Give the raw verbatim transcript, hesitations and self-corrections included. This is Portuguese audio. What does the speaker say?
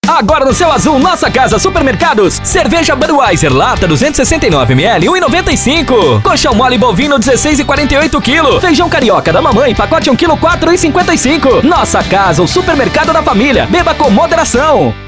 Agora no Céu Azul, Nossa Casa Supermercados. Cerveja Budweiser, lata duzentos e sessenta e nove mililitros, um e noventa e cinco. Colchão mole bovino, dezesseis e quarenta e oito quilos. Feijão carioca da mamãe, pacote um quilo, quatro e cinquenta e cinco. Nossa Casa, o supermercado da família. Beba com moderação.